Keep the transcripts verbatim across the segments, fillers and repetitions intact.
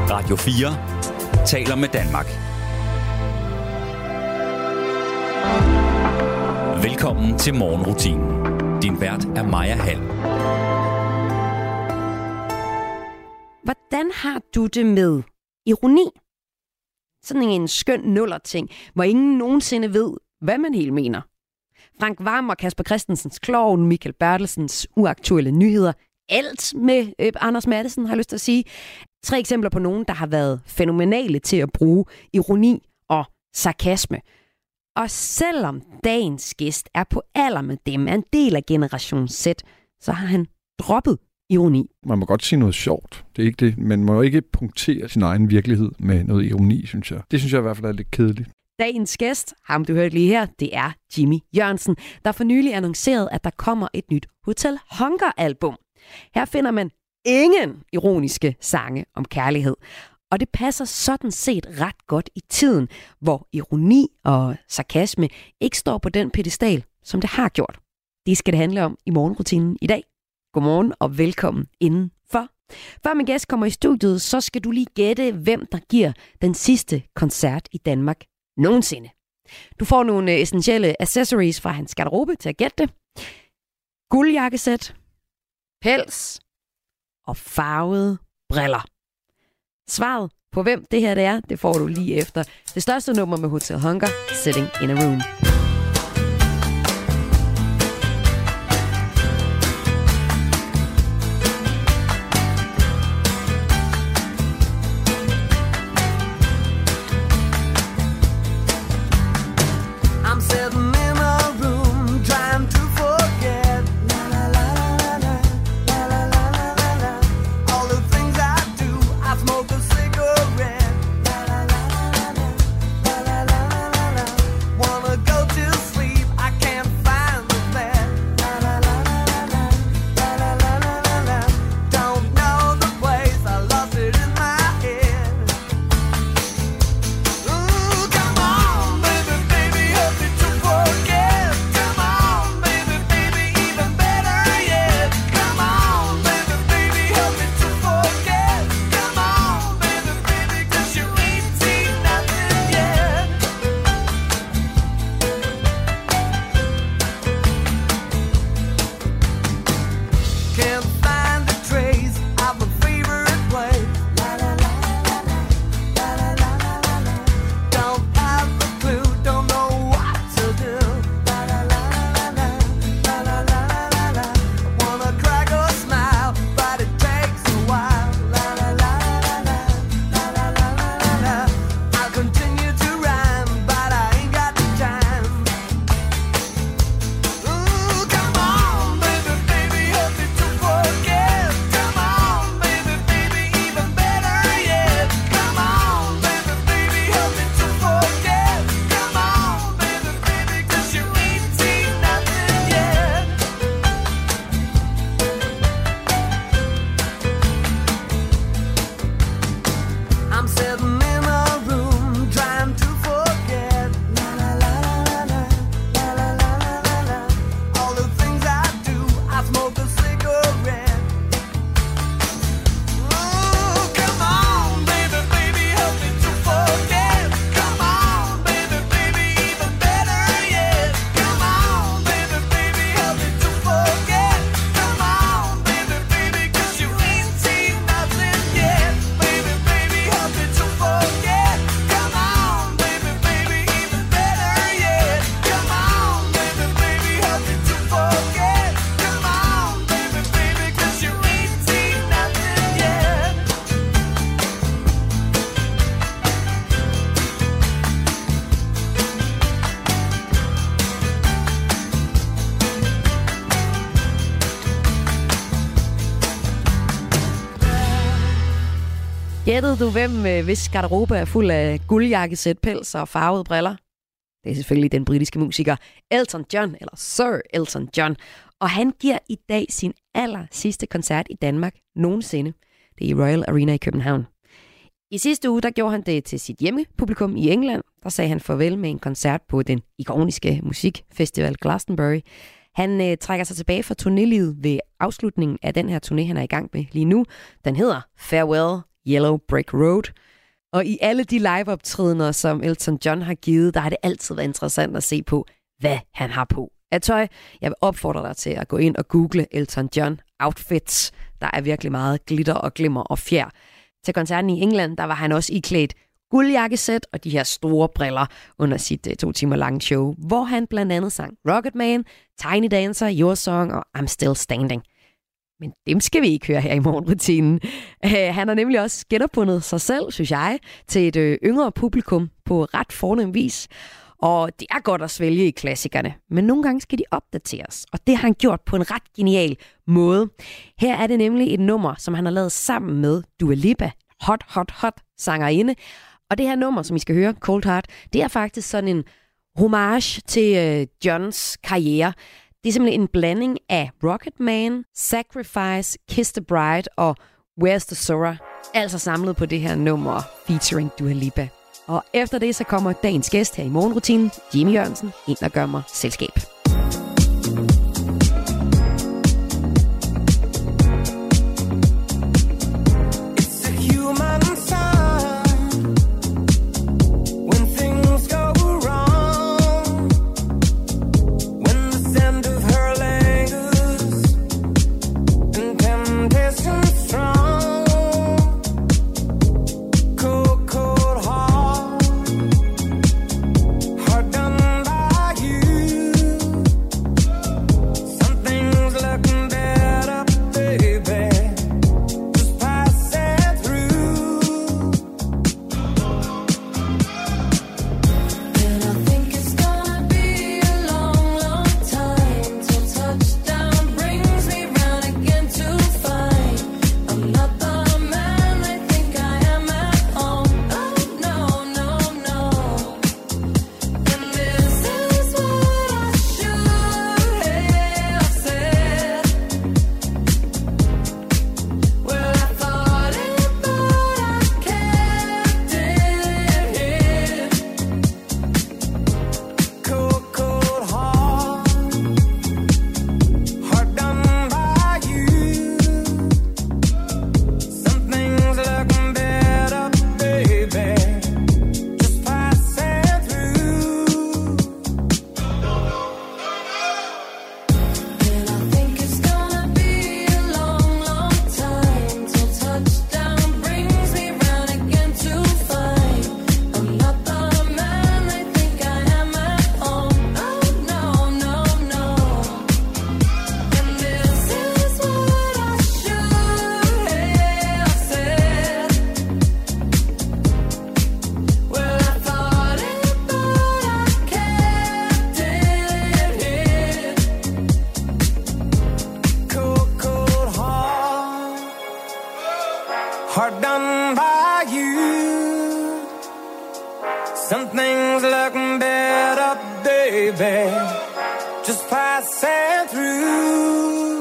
Radio fire taler med Danmark. Velkommen til morgenrutinen. Din vært er Maja Hall. Hvordan har du det med ironi? Sådan en skøn nuller-ting, hvor ingen nogensinde ved, hvad man helt mener. Frank Hvam og Kasper Christensens Klovn, Michael Bertelsens uaktuelle nyheder. Alt med øh, Anders Matthesen, har jeg lyst til at sige. Tre eksempler på nogen, der har været fænomenale til at bruge ironi og sarkasme. Og selvom dagens gæst er på alder med dem, er en del af Generation Z, så har han droppet ironi. Man må godt sige noget sjovt. Det er ikke det. Man må jo ikke punktere sin egen virkelighed med noget ironi, synes jeg. Det synes jeg i hvert fald er lidt kedeligt. Dagens gæst, ham du hørte lige her, det er Jimmy Jørgensen, der for nylig annoncerede, at der kommer et nyt Hotel Hunger-album. Her finder man ingen ironiske sange om kærlighed. Og det passer sådan set ret godt i tiden, hvor ironi og sarkasme ikke står på den pedestal, som det har gjort. Det skal det handle om i morgenrutinen i dag. Godmorgen og velkommen indenfor. Før min gæst kommer i studiet, så skal du lige gætte, hvem der giver den sidste koncert i Danmark nogensinde. Du får nogle essentielle accessories fra hans garderobe til at gætte det. Guldjakkesæt, pels og farvede briller. Svaret på hvem det her det er, det får du lige efter det største nummer med Hotel Hunger, Sitting in a Room. Gættede du, hvem hvis garderobe er fuld af guldjakkesæt, pels og farvede briller? Det er selvfølgelig den britiske musiker Elton John, eller Sir Elton John. Og han giver i dag sin aller sidste koncert i Danmark nogensinde. Det er i Royal Arena i København. I sidste uge, der gjorde han det til sit hjemmepublikum i England. Der sagde han farvel med en koncert på den ikoniske musikfestival Glastonbury. Han øh, trækker sig tilbage fra turnélivet ved afslutningen af den her turné, han er i gang med lige nu. Den hedder Farewell Yellow Brick Road. Og i alle de liveoptrædener, som Elton John har givet, der har det altid været interessant at se på, hvad han har på af tøj. Jeg vil opfordre dig til at gå ind og google Elton John outfits. Der er virkelig meget glitter og glimmer og fjer. Til koncerten i England, der var han også iklædt guldjakkesæt og de her store briller under sit uh, to timer lange show, hvor han blandt andet sang Rocket Man, Tiny Dancer, Your Song og I'm Still Standing. Men dem skal vi ikke høre her i morgenrutinen. Uh, han har nemlig også genopfundet sig selv, synes jeg, til et uh, yngre publikum på ret fornem vis. Og det er godt at svælge i klassikerne, men nogle gange skal de opdateres, og det har han gjort på en ret genial måde. Her er det nemlig et nummer, som han har lavet sammen med Dua Lipa, hot, hot, hot sangerinde. Og det her nummer, som I skal høre, Cold Heart, det er faktisk sådan en homage til øh, Johns karriere. Det er simpelthen en blanding af Rocket Man, Sacrifice, Kiss the Bride og Where's the Sora. Altså samlet på det her nummer featuring Dua Lipa. Og efter det, så kommer dagens gæst her i morgenrutinen, Jimmy Jørgensen, ind og gør mig selskab. Hard done by you. Something's looking better, baby. Just passing through.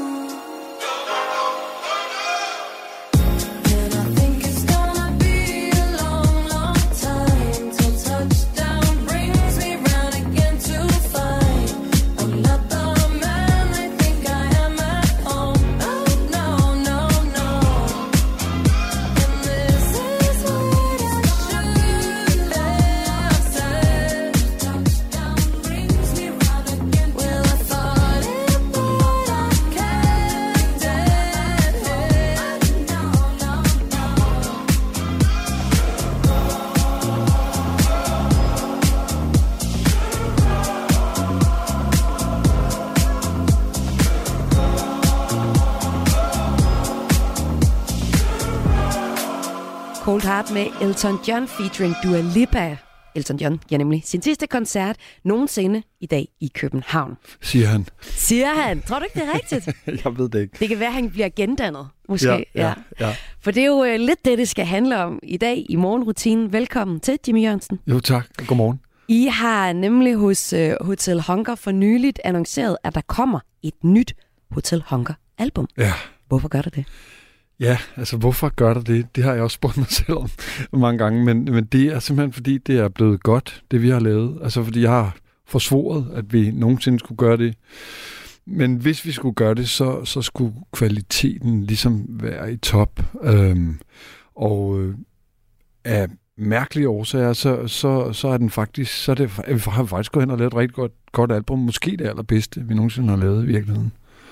Cold Heart med Elton John featuring Dua Lipa. Elton John giver nemlig sin sidste koncert nogensinde i dag i København. Siger han. Siger han. Tror du ikke, det er rigtigt? Jeg ved det ikke. Det kan være, at han bliver gendannet, måske. Ja, ja, ja. For det er jo uh, lidt det, det skal handle om i dag i morgenrutinen. Velkommen til, Jimmy Jørgensen. Jo, tak. Godmorgen. I har nemlig hos uh, Hotel Hunger for nyligt annonceret, at der kommer et nyt Hotel Hunger-album. Ja. Hvorfor gør det det? Ja, altså hvorfor gør der det? Det har jeg også spurgt mig selv om mange gange, men, men det er simpelthen fordi, det er blevet godt, det vi har lavet. Altså fordi jeg har forsvoret, at vi nogensinde skulle gøre det. Men hvis vi skulle gøre det, så, så skulle kvaliteten ligesom være i top. Øhm, Og øh, af mærkelige årsager, så, så, så er den faktisk, så er det, vi har faktisk gået hen og lavet et rigtig godt, godt album. Måske det allerbedste, vi nogensinde har lavet i virkeligheden.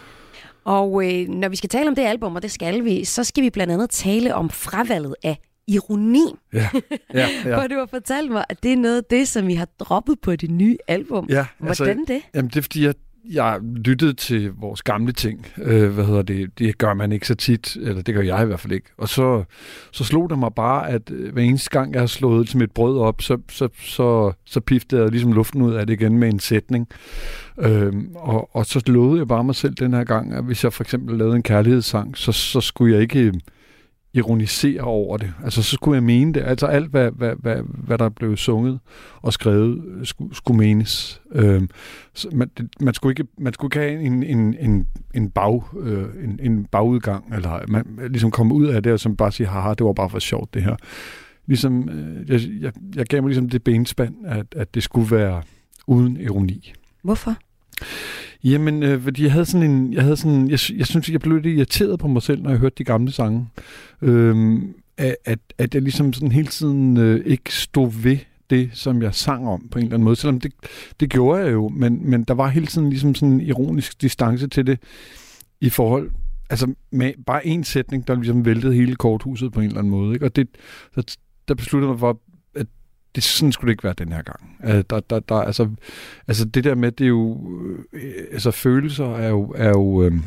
Og øh, når vi skal tale om det album, og det skal vi, så skal vi blandt andet tale om fravalget af ironi. Ja, ja, ja. For du har fortalt mig, at det er noget af det, som I har droppet på det nye album. Ja, Hvordan altså, det? Jamen, det er fordi, jeg, jeg lyttede til vores gamle ting. Øh, hvad hedder det? Det gør man ikke så tit, eller det gør jeg i hvert fald ikke. Og så, så slog det mig bare, at hver eneste gang, jeg har slået som et brød op, så, så, så, så piftede jeg ligesom luften ud af det igen med en sætning. Øh, og, og så lovede jeg bare mig selv den her gang, at hvis jeg for eksempel lavede en kærlighedssang, så, så skulle jeg ikke ironisere over det. Altså, så skulle jeg mene det. Altså, alt, hvad, hvad, hvad, hvad der blev sunget og skrevet, skulle, skulle menes. Øhm, så man, det, man, skulle ikke, man skulle ikke have en, en, en, en, bag, øh, en, en bagudgang, eller man ligesom komme ud af det, og som bare sige, haha, det var bare for sjovt, det her. Ligesom, øh, jeg, jeg, jeg gav mig ligesom det benspand, at, at det skulle være uden ironi. Hvorfor? Jamen, øh, fordi jeg havde sådan en, jeg havde sådan, jeg, jeg synes, jeg blev lidt irriteret på mig selv, når jeg hørte de gamle sange. Øhm, at, at jeg ligesom sådan hele tiden øh, ikke stod ved det, som jeg sang om på en eller anden måde. Selvom det, det gjorde jeg jo, men, men der var hele tiden ligesom sådan en ironisk distance til det i forhold, altså med bare en sætning, der ligesom væltede hele korthuset på en eller anden måde. Ikke? Og det, der, der besluttede mig for, at det sådan skulle det ikke være den her gang. Uh, der, der, der, altså, altså det der med, det er jo, øh, altså følelser er jo, er jo øh,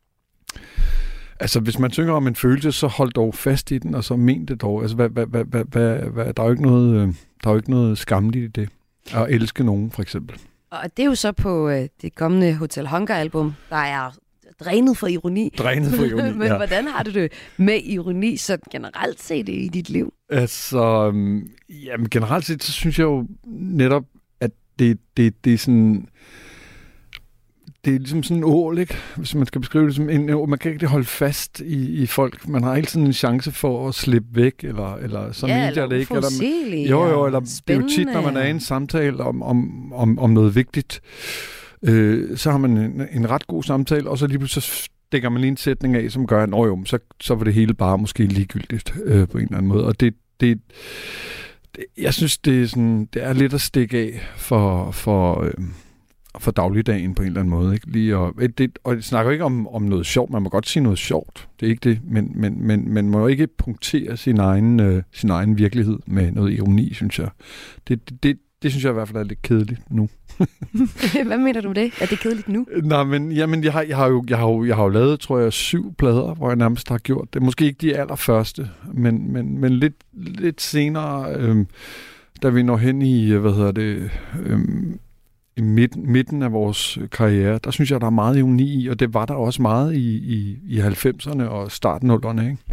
altså hvis man synger om en følelse, så hold dog fast i den, og så men det dog. Altså hvad, hvad, hvad, hvad, hvad, hvad, der er jo ikke noget, øh, der er jo ikke noget skamligt i det. At elske nogen, for eksempel. Og det er jo så på øh, det kommende Hotel Hunger-album, der er drænet for ironi. Drænet for ironi, Men ja. hvordan har du det med ironi så generelt set i dit liv? Altså, jamen generelt set, så synes jeg jo netop, at det, det, det er sådan, det er ligesom sådan en ål, ikke? Hvis man skal beskrive det som en ål. Man kan ikke holde fast i, i folk. Man har hele tiden en chance for at slippe væk, eller, eller så ja, eller det ikke. Eller, jo, jo, eller spændende. Det er jo tit, når man er i en samtale om, om, om, om noget vigtigt, øh, så har man en, en ret god samtale, og så lige pludselig så dækker man lige en sætning af, som gør, at jo, så, så var det hele bare måske ligegyldigt øh, på en eller anden måde. Og det, det, det jeg synes, det er, sådan, det er lidt at stikke af for, for, øh, for dagligdagen på en eller anden måde. Ikke? Lige og, det, og det snakker ikke om, om noget sjovt. Man må godt sige noget sjovt. Det er ikke det. Men, men, men man må jo ikke punktere sin egen, øh, sin egen virkelighed med noget ironi, synes jeg. Det, det, det, det synes jeg i hvert fald er lidt kedeligt nu. Hvad mener du med det? Er det kedeligt nu? Nej, men jamen, jeg, har, jeg, har jo, jeg, har jo, jeg har jo lavet, tror jeg, syv plader, hvor jeg nærmest har gjort det. Måske ikke de allerførste, men, men, men lidt, lidt senere, øhm, da vi når hen i, hvad hedder det, øhm, i midten, midten af vores karriere, der synes jeg, der er meget ironi i, og det var der også meget i, i, i halvfemserne og starten af nullerne, ikke?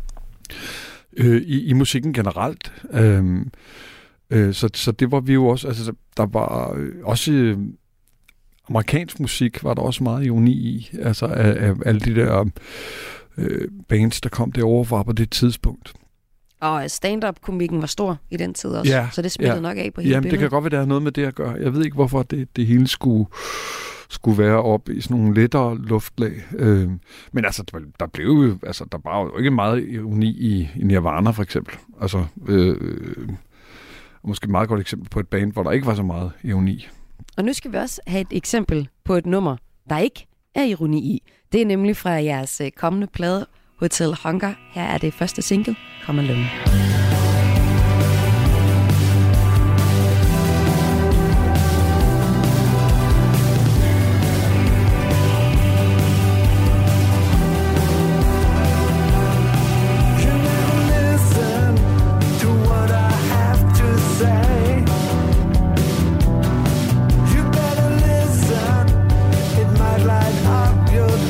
Øh, i, I musikken generelt. Øhm, øh, så, så det var vi jo også, altså der var øh, også øh, amerikansk musik, var der også meget ironi i, altså af, af alle de der øh, bands, der kom derovre fra på det tidspunkt. Og stand-up-komikken var stor i den tid også, ja, så det smittede ja. nok af på hele Jamen, billedet. det kan godt være, det har noget med det at gøre. Jeg ved ikke, hvorfor det, det hele skulle, skulle være op i sådan nogle lettere luftlag. Øh, men altså, der, der blev jo, altså, der var jo ikke meget ironi i, i Nirvana, for eksempel. Altså, øh, måske et meget godt eksempel på et band, hvor der ikke var så meget ironi. Og nu skal vi også have et eksempel på et nummer, der ikke er ironi i. Det er nemlig fra jeres kommende plade, Hotel Hunger. Her er det første single, Come Alone.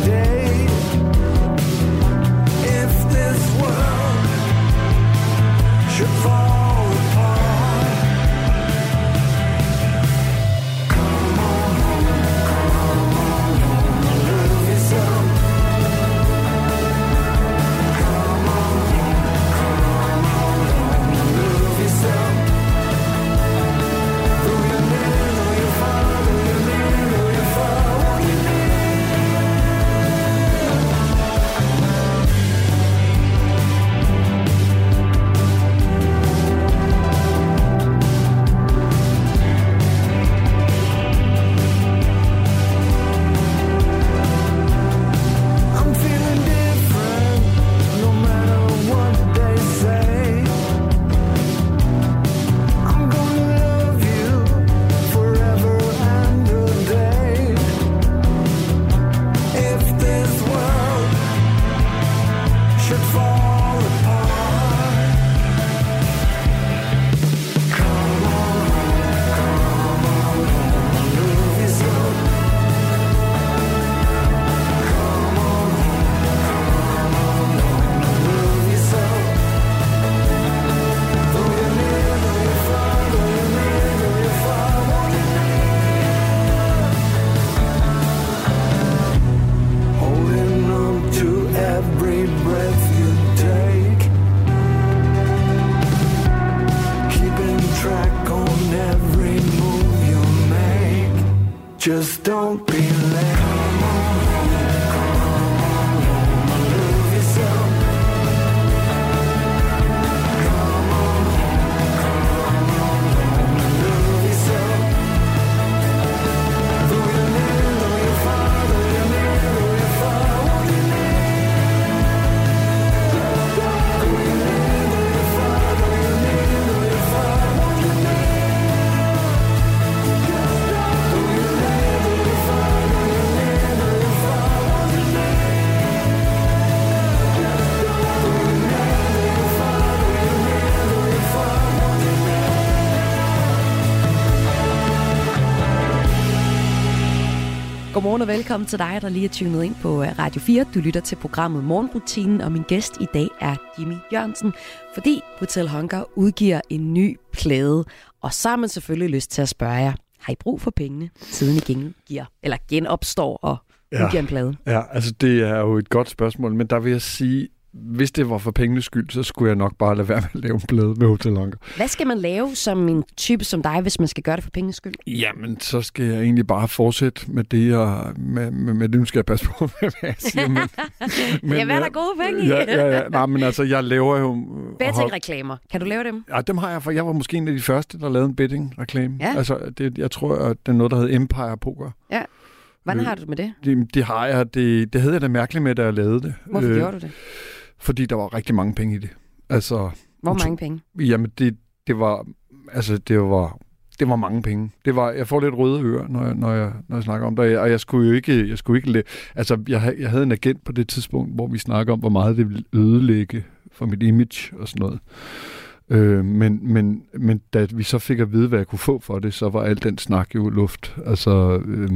If this world fall apart. Come on, come on, love yourself. Come on, come on, love yourself. Though you're near, though you're far, though you're near, though you're far, won't you holding on to every breath you take, keeping track on every move you make. Just don't be late. Come on, come on, love yourself. Come on, come on, love yourself. Though you're near, though you're far, though you're near, though you're far, won't you though you're near, though you're far, though you're near, though you're far, won't you though you're near, though you're far, though you're near, though you're far, won't you though you're near, though you're far, though you're near, though you're far, won't you Godmorgen og velkommen til dig, der lige er tunet ind på Radio fire. Du lytter til programmet Morgenrutinen, og min gæst i dag er Jimmy Jørgensen, fordi Hotel Hunger udgiver en ny plade. Og så har man selvfølgelig lyst til at spørge jer, har I brug for pengene, siden I gengiver, eller genopstår og udgiver Ja. en plade? Ja, altså det er jo et godt spørgsmål, men der vil jeg sige, hvis det var for pengenes skyld, så skulle jeg nok bare lade være med at lave en plade med Hotel Hunger. Hvad skal man lave som en type som dig, hvis man skal gøre det for pengenes skyld? Jamen, så skal jeg egentlig bare fortsætte med det, jeg, med, med, med det, nu skal jeg passe på, hvad jeg siger. Men, men, Ja, hvad er der gode penge i? Ja, ja, ja. Nej, men altså, jeg laver jo... Betting-reklamer. Kan du lave dem? Ja, dem har jeg, for jeg var måske en af de første, der lavede en betting-reklame. Ja. Altså, det, jeg tror, at det er noget, der hedder Empire Poker. Ja. Hvordan Øh, har du det med det? Det, det har jeg. Det, det havde jeg da mærkeligt med, da jeg lavede det. Hvorfor øh, gjorde du det? Fordi der var rigtig mange penge i det. Altså, Hvor utro- mange penge? Jamen, det, det var... Altså, det var... Det var mange penge. Det var, jeg får lidt røde ører, når jeg, når jeg, når jeg snakker om det. Og jeg skulle jo ikke... Jeg, skulle ikke altså, jeg, jeg havde en agent på det tidspunkt, hvor vi snakker om, hvor meget det ville ødelægge for mit image og sådan noget. Øh, men, men, men da vi så fik at vide, hvad jeg kunne få for det, så var al den snak jo luft. Altså, øh,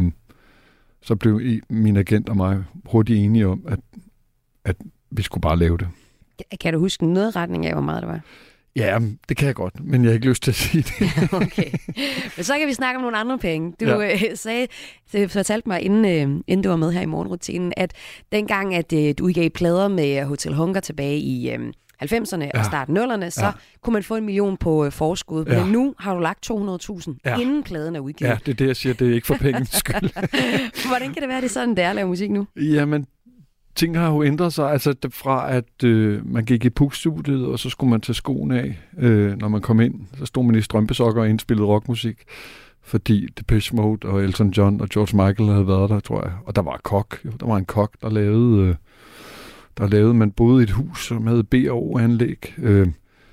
så blev I, min agent og mig hurtigt enige om, at, at vi skulle bare lave det. Kan du huske noget retning af, hvor meget det var? Ja, det kan jeg godt, men jeg har ikke lyst til at sige det. Okay. Men så kan vi snakke om nogle andre penge. Du Ja. øh, sagde, du fortalte mig, inden, øh, inden du var med her i morgenrutinen, at dengang, at øh, du udgav plader med Hotel Hunger tilbage i øh, halvfemserne ja. og starten nullerne, så Ja. kunne man få en million på øh, forskud. Ja. Men nu har du lagt to hundrede tusind, Ja. inden pladen er udgivet. Ja, det er det, jeg siger. Det er ikke for pengens skyld. Hvordan kan det være, det er sådan, det er at lave musik nu? Jamen, ting har jo ændret sig. Altså det, fra at øh, man gik i pukstudiet, og så skulle man tage skoene af, øh, når man kom ind. Så stod man i strømpesokker og indspillede rockmusik, fordi Depeche Mode og Elton John og George Michael havde været der, tror jeg. Og der var en kok. Der var en kok, der lavede... Øh, der lavede man boede i et hus, som hed B og O-anlæg. Øh,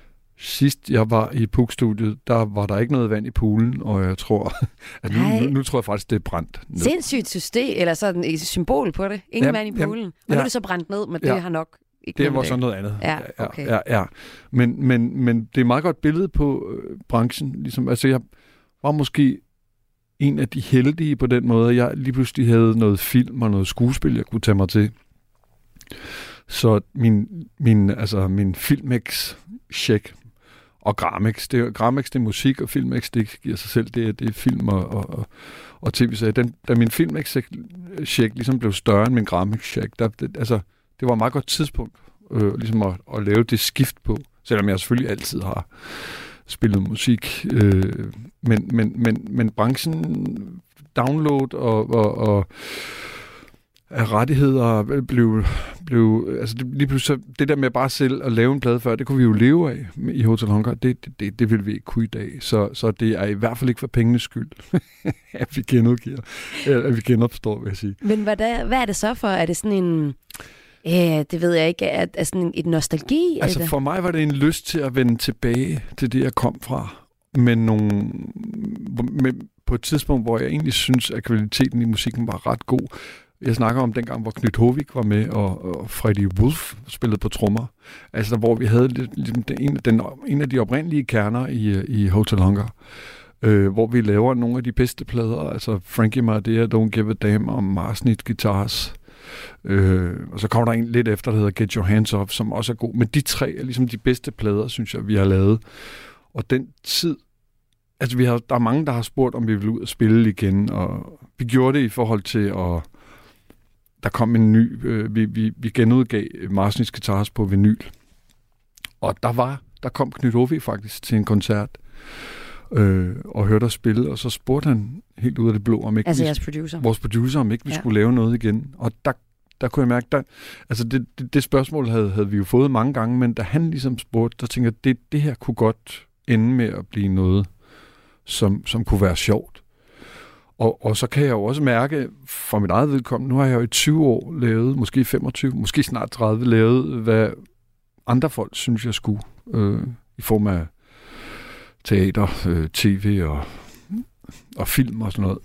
sidst jeg var i pukstudiet, der var der ikke noget vand i poolen, og jeg tror, at nu, nu, nu tror jeg faktisk, det er brændt ned. Sindssygt system, eller sådan et symbol på det. Ingen Ja, vand i ja, poolen. Og ja. nu er det så brændt ned, men det Ja. har nok ikke Det noget var med så noget andet. Ja, okay. ja, ja, ja. Men, men, men det er et meget godt billede på øh, branchen. Ligesom, altså, jeg var måske en af de heldige på den måde, at jeg lige pludselig havde noget film og noget skuespil, jeg kunne tage mig til. Så min, min, altså, min Filmex-check og Gramex, det er, Gramex det er musik, og Filmex det giver sig selv, det er, det er film og, og, og tv-serier. Den, da min Filmex-check ligesom blev større end min Gramex-check, der, det, altså, det var et meget godt tidspunkt øh, ligesom at, at lave det skift på, selvom jeg selvfølgelig altid har spillet musik. Øh, men, men, men, men branchen, download og, og, og af rettigheder blev, blev altså det, lige pludselig, det der med bare selv at lave en plade før, det kunne vi jo leve af i Hotel Hunger, det, det, det, det vil vi ikke kunne i dag. Så, så det er i hvert fald ikke for pengenes skyld, at vi genudgiver, at vi genopstår, vil jeg sige. Men hvad, der, hvad er det så for? Er det sådan en... Øh, det ved jeg ikke. Er, er sådan et nostalgi? Altså eller? for mig var det en lyst til at vende tilbage til det, jeg kom fra. Men nogle, med, på et tidspunkt, hvor jeg egentlig synes, at kvaliteten i musikken var ret god. Jeg snakker om dengang, hvor Knud Hovig var med, og, og Freddie Wolf spillede på trommer. Altså, hvor vi havde lidt, lidt, en, den, en af de oprindelige kerner i, i Hotel Hunger, øh, hvor vi laver nogle af de bedste plader, altså Frankie Madeira, Don't Give a Damn, og Marsnit Guitars. Øh, og så kommer der en lidt efter, der hedder Get Your Hands Up, som også er god. Men de tre er ligesom de bedste plader, synes jeg, vi har lavet. Og den tid, altså vi har, der er mange, der har spurgt, om vi vil ud og spille igen, og vi gjorde det i forhold til at der kom en ny, øh, vi, vi, vi genudgav Marsnits Guitars på vinyl. Og der var, der kom Knud Hovig faktisk til en koncert, øh, og hørte os spille, og så spurgte han helt ud af det blå, om ikke altså vi, jeres producer. vores producer, om ikke vi ja. skulle lave noget igen. Og der, der kunne jeg mærke, der, altså det, det, det spørgsmål havde, havde vi jo fået mange gange, men da han ligesom spurgte, der tænkte jeg, det, det her kunne godt ende med at blive noget, som, som kunne være sjovt. Og, og så kan jeg jo også mærke, for mit eget vedkommende, nu har jeg jo i tyve år lavet, måske femogtyve, måske snart tredive, lavet, hvad andre folk synes, jeg skulle, øh, i form af teater, øh, tv og, og film og sådan noget.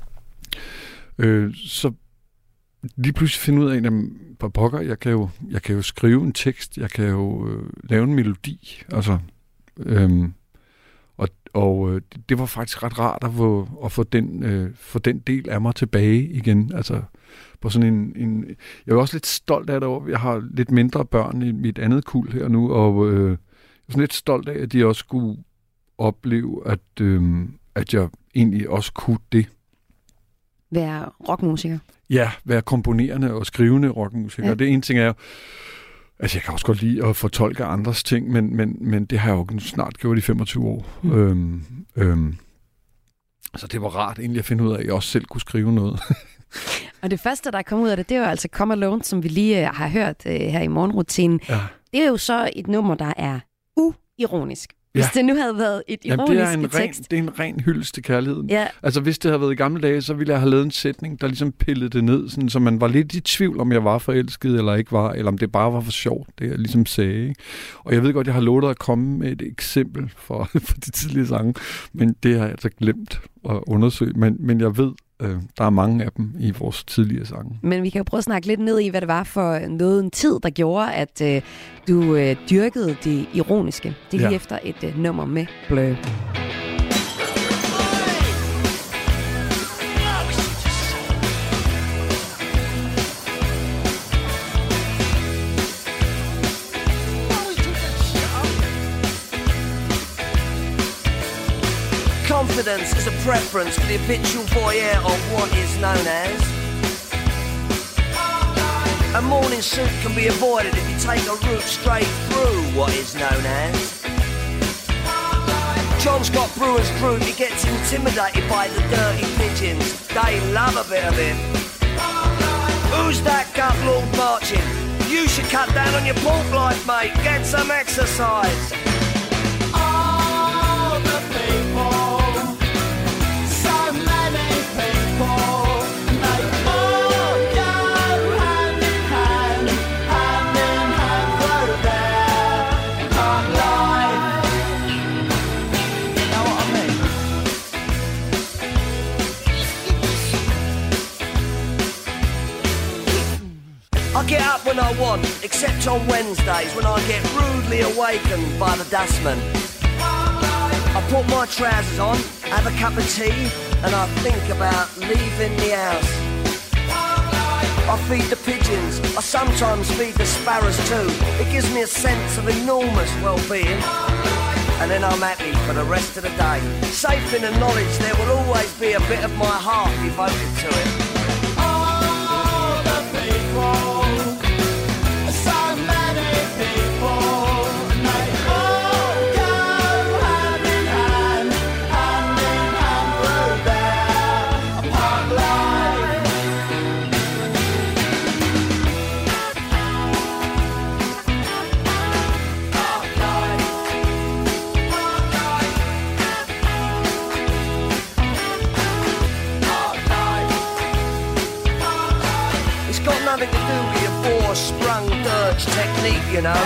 Øh, så lige pludselig finde ud af, at på pokker, jeg kan, jo, jeg kan jo skrive en tekst, jeg kan jo øh, lave en melodi, altså... Øh, Og, og øh, det var faktisk ret rart at få, at få, den, øh, få den del af mig tilbage igen. Altså på sådan en, en... Jeg er også lidt stolt af det. Jeg har lidt mindre børn i mit andet kuld her nu, og øh, jeg er sådan lidt stolt af, at de også skulle opleve, at, øh, at jeg egentlig også kunne det. Være rockmusiker? Ja, være komponerende og skrivende rockmusiker. Ja. Det ene ting er jo... Altså, jeg kan også godt lide at fortolke andres ting, men, men, men det har jeg jo snart gjort i femogtyve år. Mm. Øhm, øhm, så det var rart egentlig at finde ud af, at jeg også selv kunne skrive noget. Og det første, der er kommet ud af det, det er jo altså Come Alone, som vi lige har hørt uh, her i morgenrutinen. Ja. Det er jo så et nummer, der er uironisk. Hvis ja. det nu havde været et ironisk Jamen, det er en tekst. Ren, det er en ren hyldest til kærligheden. Ja. Altså, hvis det havde været i gamle dage, så ville jeg have lavet en sætning, der ligesom pillede det ned, sådan, så man var lidt i tvivl, om jeg var forelsket eller ikke var, eller om det bare var for sjovt, det jeg ligesom sagde. Ikke? Og jeg ved godt, jeg har lovet at komme med et eksempel for, for de tidlige sange, men det har jeg altså glemt at undersøge. Men, men jeg ved, øh, der er mange af dem i vores tidligere sange. Men vi kan jo prøve at snakke lidt ned i, hvad det var for noget en tid, der gjorde, at øh, du øh, dyrkede det ironiske. Det er lige ja. efter et øh, nummer med Blur. Confidence is a preference for the habitual voyeur of what is known as. A morning suit can be avoided if you take a route straight through what is known as. John's got brewer's fruit, he gets intimidated by the dirty pigeons. They love a bit of him. Who's that gut lord marching? You should cut down on your pork life, mate. Get some exercise. All the people. I get up when I want, except on Wednesdays when I get rudely awakened by the dustman. I put my trousers on, have a cup of tea, and I think about leaving the house. I feed the pigeons, I sometimes feed the sparrows too. It gives me a sense of enormous well-being. And then I'm happy for the rest of the day, safe in the knowledge there will always be a bit of my heart devoted to it. All the people. Nothing to do with your four-sprung dirge technique, you know.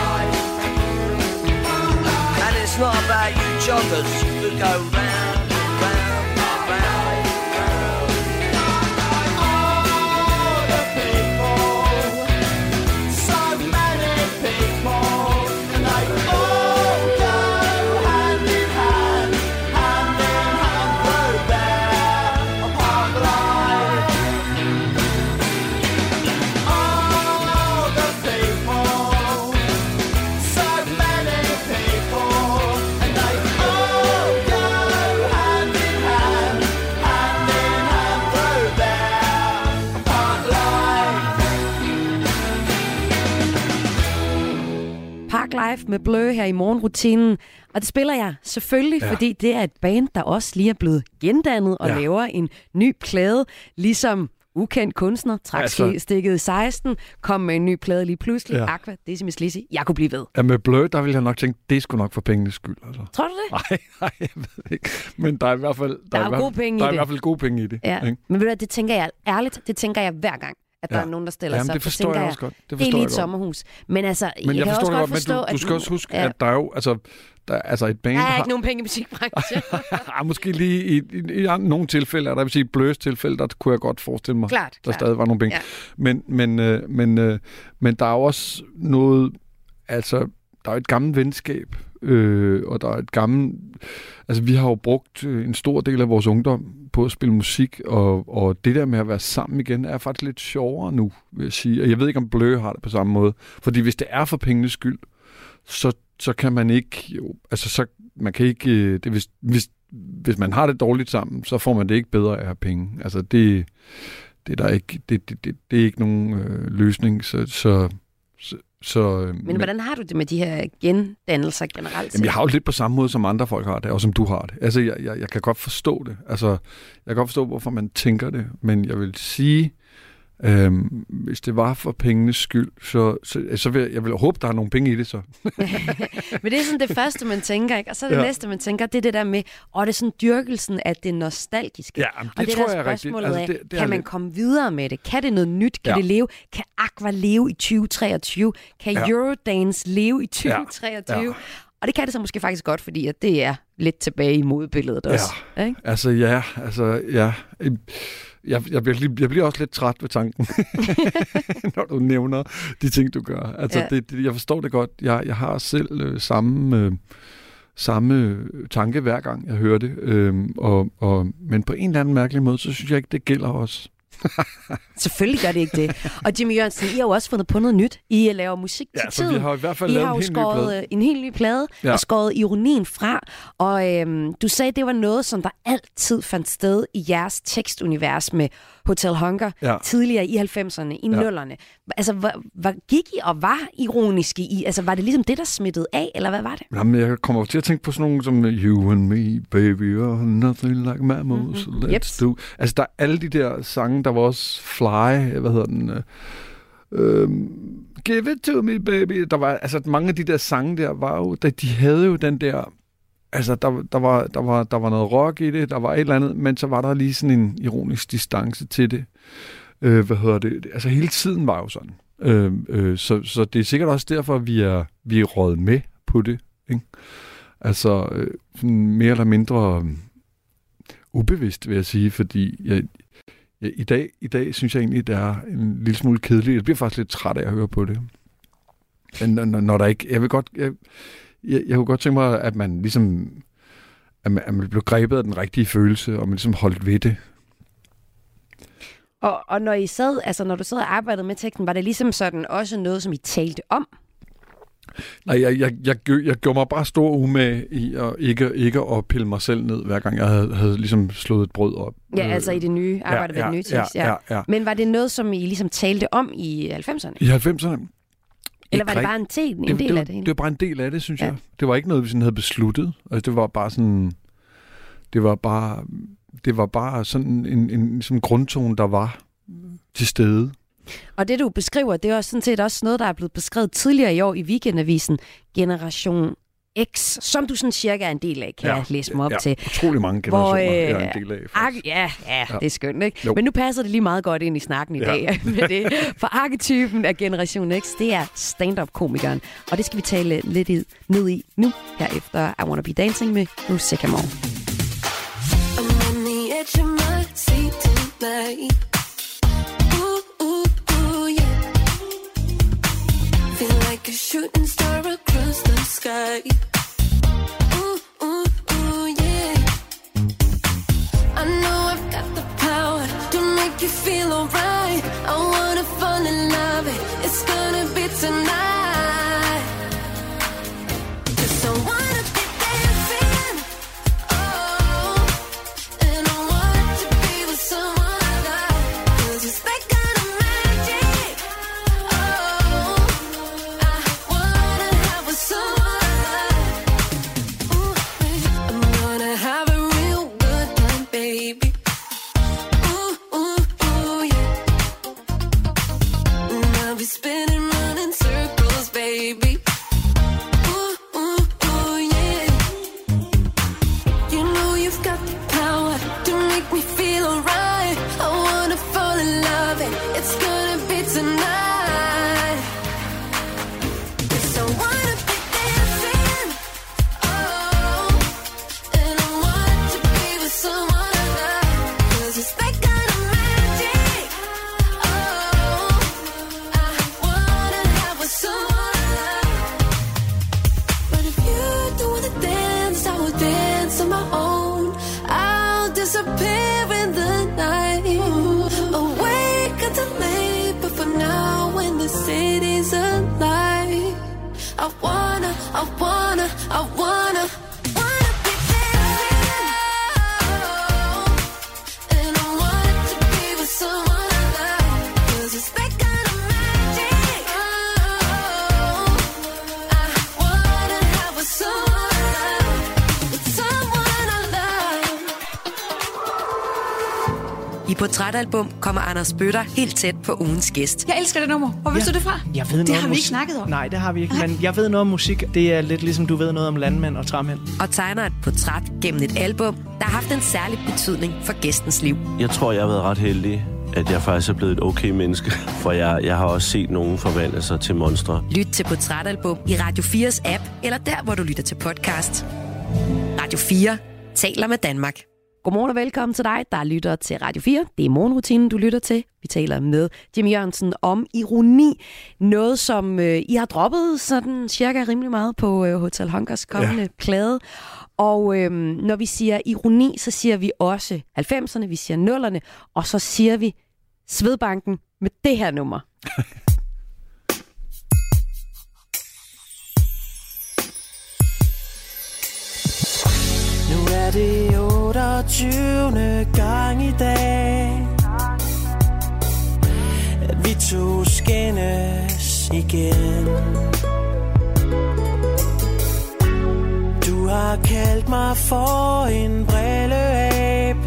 And it's not about you joggers who go round, round, round, round. med Blur her i morgenrutinen. Og det spiller jeg selvfølgelig, ja. fordi det er et band, der også lige er blevet gendannet og ja. laver en ny plade, ligesom ukendt kunstner, trak altså, stikket i seksten, kom med en ny plade lige pludselig, ja. Aqua, Decimus Lizzy, jeg kunne blive ved. Ja, med Blur, der ville jeg nok tænke, det skulle nok for pengenes skyld. Altså. Tror du det? Nej, nej, jeg ved ikke. Men der er i hvert fald, der der er, er, gode penge der i er det. i hvert fald gode penge i det. Ja. Men ved du hvad, det tænker jeg ærligt, det tænker jeg hver gang, at der ja. er nogen, der stiller Jamen, sig. Det forstår jeg, jeg også godt. Det, det er lige et sommerhus. Men altså, men jeg, jeg forstår kan også godt godt, forstå, men du, du skal at, også huske, ja. at der er jo, altså, der, altså et band der er har... ikke nogen penge i musikbranchen. Måske lige i, i, i, i nogle tilfælde, der vil sige Blurs tilfælde, der kunne jeg godt forestille mig, klart, der klart. stadig var nogle penge. Ja. Men, men, øh, men, øh, men der er også noget, altså, der er et gammelt venskab, øh, og der er et gammelt... Altså, vi har jo brugt en stor del af vores ungdom på at spille musik, og, og det der med at være sammen igen, er faktisk lidt sjovere nu, vil jeg sige. Og jeg ved ikke, om Blur har det på samme måde. Fordi hvis det er for pengenes skyld, så, så kan man ikke... Jo, altså, så man kan ikke... Det, hvis, hvis, hvis man har det dårligt sammen, så får man det ikke bedre af at have penge. Altså, det, det, er, der ikke, det, det, det, det er ikke nogen øh, løsning, så... så Så, så, men, men hvordan har du det med de her gendannelser generelt? Jamen, jeg har jo lidt på samme måde, som andre folk har det, og som du har det. Altså, jeg, jeg, jeg kan godt forstå det. Altså, jeg kan godt forstå, hvorfor man tænker det. Men jeg vil sige, øhm, hvis det var for pengenes skyld, så, så, så vil jeg, jeg vil håbe, der er nogle penge i det så. Men det er sådan det første, man tænker, ikke? Og så er det ja. næste, man tænker, det er det der med, og det er sådan dyrkelsen af det nostalgiske. Ja, det, og det tror der jeg er rigtigt. spørgsmålet Altså, af, det, det kan man lidt... komme videre med det? Kan det noget nyt? Kan ja. det leve? Kan Aqua leve i tyve treogtyve? Kan ja. Eurodance leve i tyve treogtyve? Ja. Ja. Og det kan det så måske faktisk godt, fordi at det er lidt tilbage i modebilledet også. Ja, ikke? altså ja, altså ja... Jeg, jeg, bliver, jeg bliver også lidt træt ved tanken, når du nævner de ting, du gør. Altså, ja. det, det, jeg forstår det godt. Jeg, jeg har selv øh, samme, øh, samme tanke hver gang, jeg hører det. Øh, og, og, men på en eller anden mærkelig måde, så synes jeg ikke, det gælder os. Selvfølgelig gør det ikke det. Og Jimmy Jørgensen, I har jo også fundet på noget nyt. I laver musik til ja, tiden. Vi har i hvert fald I lavet har jo en helt skåret ny plade. en helt ny plade ja. og skåret ironien fra. Og øhm, du sagde, det var noget, som der altid fandt sted i jeres tekstunivers med Hotel Hunger ja. tidligere i halvfemserne, i nullerne. Ja. Altså, hvad, hvad gik I og var ironiske i? Altså, var det ligesom det, der smittede af, eller hvad var det? Jamen, jeg kommer til at tænke på sådan nogle som You and Me, Baby, or Nothing Like Mammals, mm-hmm. Let's yep. Do. Altså, der er alle de der sange, der var også Fly, hvad hedder den? Uh, Give It To Me, Baby. Der var, altså, mange af de der sange der var jo, de havde jo den der... Altså, der, der, var, der, var, der var noget rock i det, der var et eller andet, men så var der lige sådan en ironisk distance til det. Øh, hvad hedder det? Altså, hele tiden var jo sådan. Øh, øh, så, så det er sikkert også derfor, vi er, vi er røget med på det. Ikke? Altså, øh, sådan mere eller mindre øh, ubevidst, vil jeg sige, fordi jeg, jeg, i, dag, i dag synes jeg egentlig, det er en lille smule kedeligt. Jeg bliver faktisk lidt træt af at høre på det. Men når, når der ikke... Jeg vil godt... Jeg, Jeg, jeg kunne godt tænke mig, at man ligesom at man, at man blev grebet af den rigtige følelse, og man ligesom holdt ved det. Og, og når I sad, altså når du sad og arbejdede med teksten, var det ligesom sådan også noget, som I talte om? Nej, jeg, jeg, jeg, jeg gjorde mig bare stor umage i at ikke, ikke at pille mig selv ned, hver gang jeg havde, havde ligesom slået et brød op. Ja, altså i det nye, arbejde ja, ja, med den nye tekst. Ja, ja, ja. Men var det noget, som I ligesom talte om i halvfemserne? I halvfemserne? Eller var det bare en, te- en det, del det, af det? Det var bare en del af det, synes ja. jeg. Det var ikke noget, vi sådan havde besluttet. Altså, det var bare sådan... Det var bare... Det var bare sådan en, en sådan grundtone, der var til stede. Og det, du beskriver, det er også sådan set også noget, der er blevet beskrevet tidligere i år i Weekendavisen. Generation X, som du sådan cirka er en del af, kan ja, jeg læse mig op ja, til. Utrolig mange generationer, hvor, øh, jeg er en del af. Ar- ja, ja, ja, det er skønt, ikke? Jo. Men nu passer det lige meget godt ind i snakken i ja. dag med det. For arketypen af Generation X, det er stand-up-komikeren. Og det skal vi tale lidt i, ned i nu, her efter I Wanna Be Dancing med Bruce Sycamore. I'm on the edge of my seat tonight. Ooh, ooh, ooh, yeah. Feel like a shooting star across the sky. Ooh, ooh, ooh, yeah. I know I've got the power to make you feel alright. I wanna fall in love, it's gonna be tonight. 'Cause I wanna be dancing, oh, and I want to be with someone like, 'cause it's that kind of magic, oh, I wanna have with someone. I wanna, I wanna, I wanna, wanna be dancing. And I want to be with someone I love, 'cause it's that kind of magic. Oh, I wanna have with someone I love, with someone I love. I Portrætalbum kommer Anders Bøtter helt tæt på ugens gæst. Jeg elsker det nummer. Hvor vidste Ja. du det fra? Jeg ved Det noget har om vi musik. ikke snakket om. Nej, det har vi ikke, men jeg ved noget om musik. Det er lidt ligesom du ved noget om landmænd og træmænd. Og tegner et portræt gennem et album, der har haft en særlig betydning for gæstens liv. Jeg tror, jeg har været ret heldig, at jeg faktisk er blevet et okay menneske. For jeg, jeg har også set nogen forvandle sig til monstre. Lyt til Portrætalbum i Radio fires app, eller der, hvor du lytter til podcast. Radio fire taler med Danmark. Godmorgen og velkommen til dig, der lytter til Radio fire. Det er morgenrutinen, du lytter til. Vi taler med Jimmy Jørgensen om ironi. Noget, som øh, I har droppet sådan cirka rimelig meget på øh, Hotel Hunkers kommende ja. plade. Og øh, når vi siger ironi, så siger vi også halvfemserne, vi siger nullerne, og så siger vi Svedbanken med det her nummer. Nu er det otteogtyvende gang i dag, at vi to skændes igen. Du har kaldt mig for en brilleab,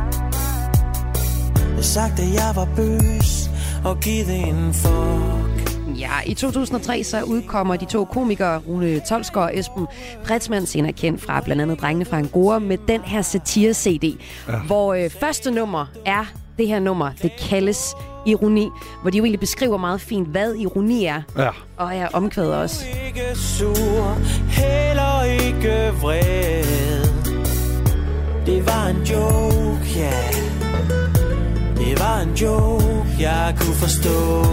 sagt at jeg var bøs og givet en fuck. Ja, i to tusind og tre så udkommer de to komikere, Rune Tolsgaard og Esben Pretzmann, senere kendt fra blandt andet Drengene fra Angora, med den her satire-C D, ja. hvor øh, første nummer er det her nummer, det kaldes ironi, hvor de jo egentlig beskriver meget fint, hvad ironi er, Ja. og er omkvædet også. Ikke sur, heller ikke vred. Det var en joke, ja. Det var en joke, jeg kunne forstå.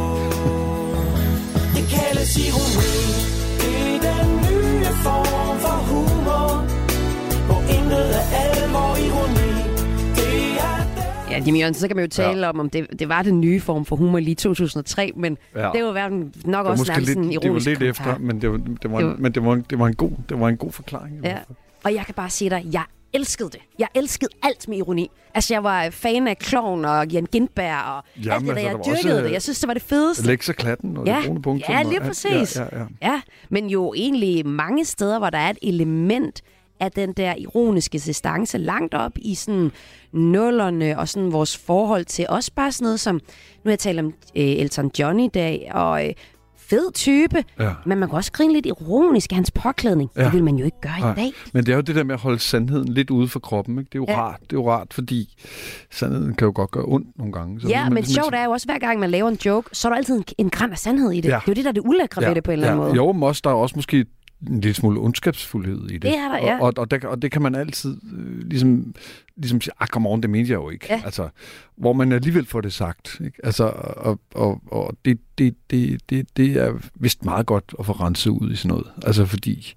Det kaldes ironi. Det er den nye form for humor, hvor intet er alvor ironi. Det er den... Ja, Jimmy Jørgensen, så kan man jo tale ja. om, om det, det var den nye form for humor lige i to tusind og tre, men Ja. det var verden nok Det var også måske nærmest en lidt, det var ironisk lidt kommentar. efter, men det var, det var, Det en, var- men det var, en- det var en god, det var en god forklaring. i Ja. hvert fald. Og jeg kan bare sige dig, jeg elskede det. Jeg elskede alt med ironi. Altså, jeg var fan af Klovn og Jan Gintberg og Jamen, alt det der. altså, Jeg der var dyrkede også, det. Jeg synes, det var det fedeste. Lekser klatten og Ja. det brune punktum. Ja, og lige alt. præcis. Ja, ja, ja. Ja, men jo egentlig mange steder, hvor der er et element af den der ironiske distance langt op i sådan nullerne og sådan vores forhold til også bare sådan noget som, nu har jeg talt om øh, Elton John i dag, og øh, fed type, Ja. men man kan også grine lidt ironisk af hans påklædning. Ja. Det vil man jo ikke gøre Nej. i dag. Men det er jo det der med at holde sandheden lidt ude for kroppen. Ikke? Det er jo Ja. rart. Det er jo rart, fordi sandheden kan jo godt gøre ondt nogle gange. Så Ja, hvis man- men hvis man- sjovt er jo også, hver gang man laver en joke, så er der altid en, en græn af sandhed i det. Ja. Det er jo det, der er det ulækre ved det på en eller anden måde. Jo, men også, der er også måske en lille smule ondskabsfuldhed i det. Det er der, ja. Og, og, og, der, og det kan man altid øh, ligesom, ligesom sige, ah, come on, det mente jeg jo ikke. Ja. Altså, hvor man alligevel får det sagt. Ikke? Altså, og og, og det, det, det, det, det er vist meget godt at få renset ud i sådan noget. Altså, fordi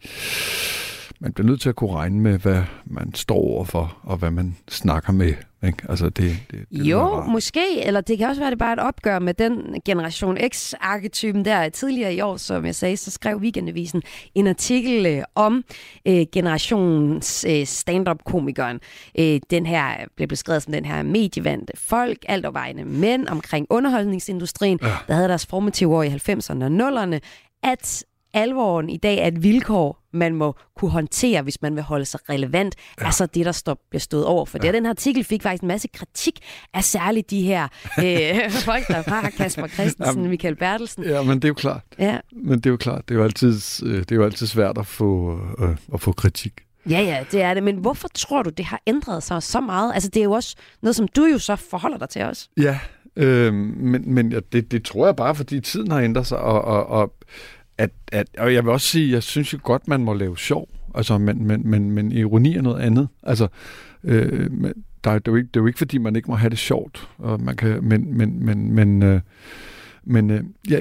man bliver nødt til at kunne regne med, hvad man står overfor, og hvad man snakker med. Ikke? Altså, det, det, det Jo, er rart. måske, eller det kan også være, det er bare et opgør med den Generation X-arketypen der. Tidligere i år, som jeg sagde, så skrev Weekendavisen en artikel øh, om øh, generations øh, stand-up-komikeren. Øh, den her blev beskrevet som den her medievandte folk, alt overvejende mænd omkring underholdningsindustrien, ja. der havde deres formative år i halvfemserne og nullerne, at alvoren i dag er et vilkår, man må kunne håndtere, hvis man vil holde sig relevant. Ja. Altså det, der står, bliver stået over for ja. det. Og den her artikel fik faktisk en masse kritik af særligt de her øh, folk, der var Kasper Christensen, Jamen, Michael Bertelsen. Ja, men det er jo klart. Ja. Men det er jo klart. Det er jo altid, øh, det er jo altid svært at få, øh, at få kritik. Ja, ja, det er det. Men hvorfor tror du, det har ændret sig så meget? Altså det er jo også noget, som du jo så forholder dig til også. Ja, øh, men, men ja, det, det tror jeg bare, fordi tiden har ændret sig, og, og, og At, at, og jeg vil også sige, jeg synes jo godt, man må lave sjov. Altså, men, men, men, men ironi er noget andet. Altså, øh, men der er, det, er jo ikke, det er jo ikke, fordi man ikke må have det sjovt. Og man kan, men, men, men, men, øh, men øh, ja,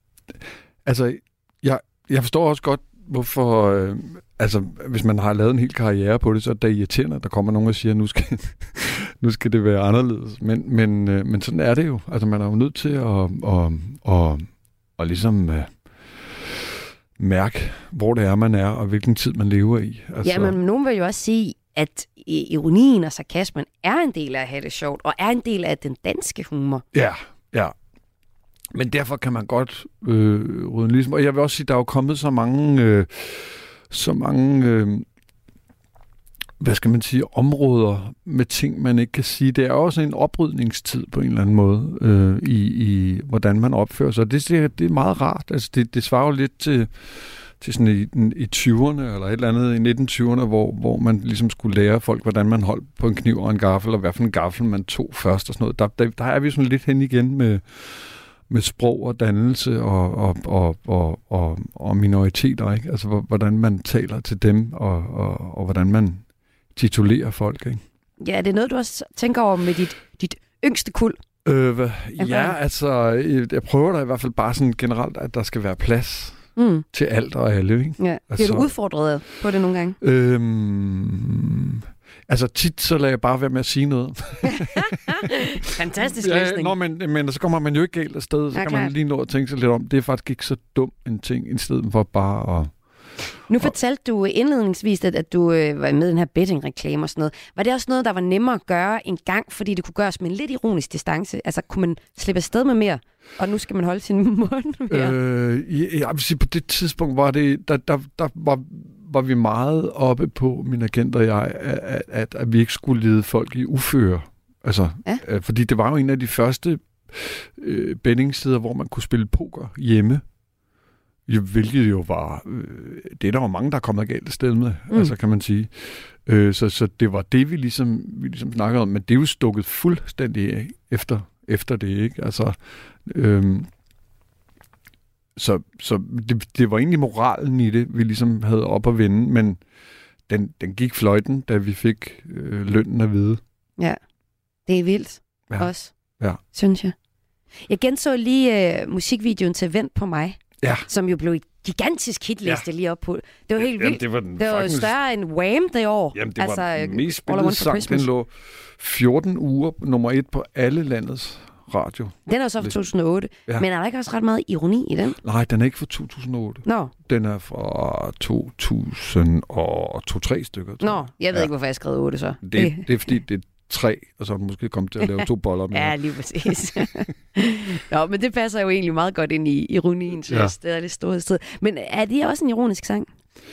altså, jeg, jeg forstår også godt, hvorfor, øh, altså, hvis man har lavet en hel karriere på det, så er det irriterende, at der kommer nogen og siger, nu skal, nu skal det være anderledes. Men, men, øh, men sådan er det jo. Altså, man er jo nødt til at, at, at, at, at ligesom... Øh, mærke, hvor det er, man er, og hvilken tid man lever i. Altså... Ja, men nogen vil jo også sige, at ironien og sarkasmen er en del af at have det sjovt, og er en del af den danske humor. Ja, ja. Men derfor kan man godt øh, rydde en ligesom. Og jeg vil også sige, at der er jo kommet så mange, øh, så mange øh, hvad skal man sige, områder med ting, man ikke kan sige. Det er også en oprydningstid på en eller anden måde, øh, i, i hvordan man opfører sig. Det, det, det er meget rart. Altså, det, det svarer jo lidt til, til sådan i, i tyverne, eller et eller andet i nitten tyverne, hvor, hvor man ligesom skulle lære folk, hvordan man holdt på en kniv og en gaffel, og hvad for en gaffel man tog først og sådan noget. Der, der, der er vi sådan lidt hen igen med med sprog og dannelse og, og, og, og, og, og minoriteter, ikke? Altså, hvordan man taler til dem, og, og, og hvordan man titulerer folk, ikke? Ja, det er noget, du også tænker over med dit, dit yngste kuld. Øh, hvad, ja, altså, jeg prøver da i hvert fald bare sådan generelt, at der skal være plads mm. til alt og alle, ikke? Ja. Altså, bliver du udfordret på det nogle gange? Øhm, altså, tit så lader jeg bare være med at sige noget. Fantastisk ja, løsning. Nå, men, men så kommer man jo ikke galt afsted, så ja, kan man lige nå at tænke sig lidt om. Det er faktisk ikke så dum en ting, i stedet for bare at... Nu fortalte du indledningsvis, at, at du øh, var med i den her betting-reklame og sådan noget. Var det også noget, der var nemmere at gøre en gang, fordi det kunne gøres med en lidt ironisk distance? Altså, kunne man slippe afsted med mere, og nu skal man holde sin mund mere? Øh, jeg, jeg vil sige, på det tidspunkt var det, der, der, der var, var vi meget oppe på, mine agenter og jeg, at, at, at vi ikke skulle lede folk i uføre. Altså, ja. øh, fordi det var jo en af de første øh, bettingsteder, hvor man kunne spille poker hjemme. Jo, hvilket jo var, øh, det er der jo mange, der er kommet galt af sted med, mm. altså kan man sige. Øh, så, så det var det, vi ligesom, vi ligesom snakkede om, men det er jo stukket fuldstændig af efter, efter det, ikke? Altså, øh, så så det, det var egentlig moralen i det, vi ligesom havde op at vende, men den, den gik fløjten, da vi fik øh, lønnen at vide. Ja, det er vildt ja. også, ja. synes jeg. Jeg genså lige øh, musikvideoen til Vent på mig. Ja. Som jo blev et gigantisk hitliste ja. lige op på. Det var helt Jamen, vildt. det var, den det var faktisk... større end Wham! Det år. Jamen, det altså, var den mest spillede sang. Den lå fjorten uger nummer et på alle landets radio. Den er jo så fra to tusind og otte. Ja. Men er der ikke også ret meget ironi i den? Nej, den er ikke fra to tusind og otte. Nå. Den er fra to tusind og to-tre stykker. Nå, jeg, jeg ved ja. ikke, hvorfor jeg skrev otte så. Det, det. det er fordi, det er tre, og så er den måske kommet til at lave to boller med. Ja, lige præcis. Nå, men det passer jo egentlig meget godt ind i ironien, så ja. Det er lidt storhedstid. Men er det også en ironisk sang?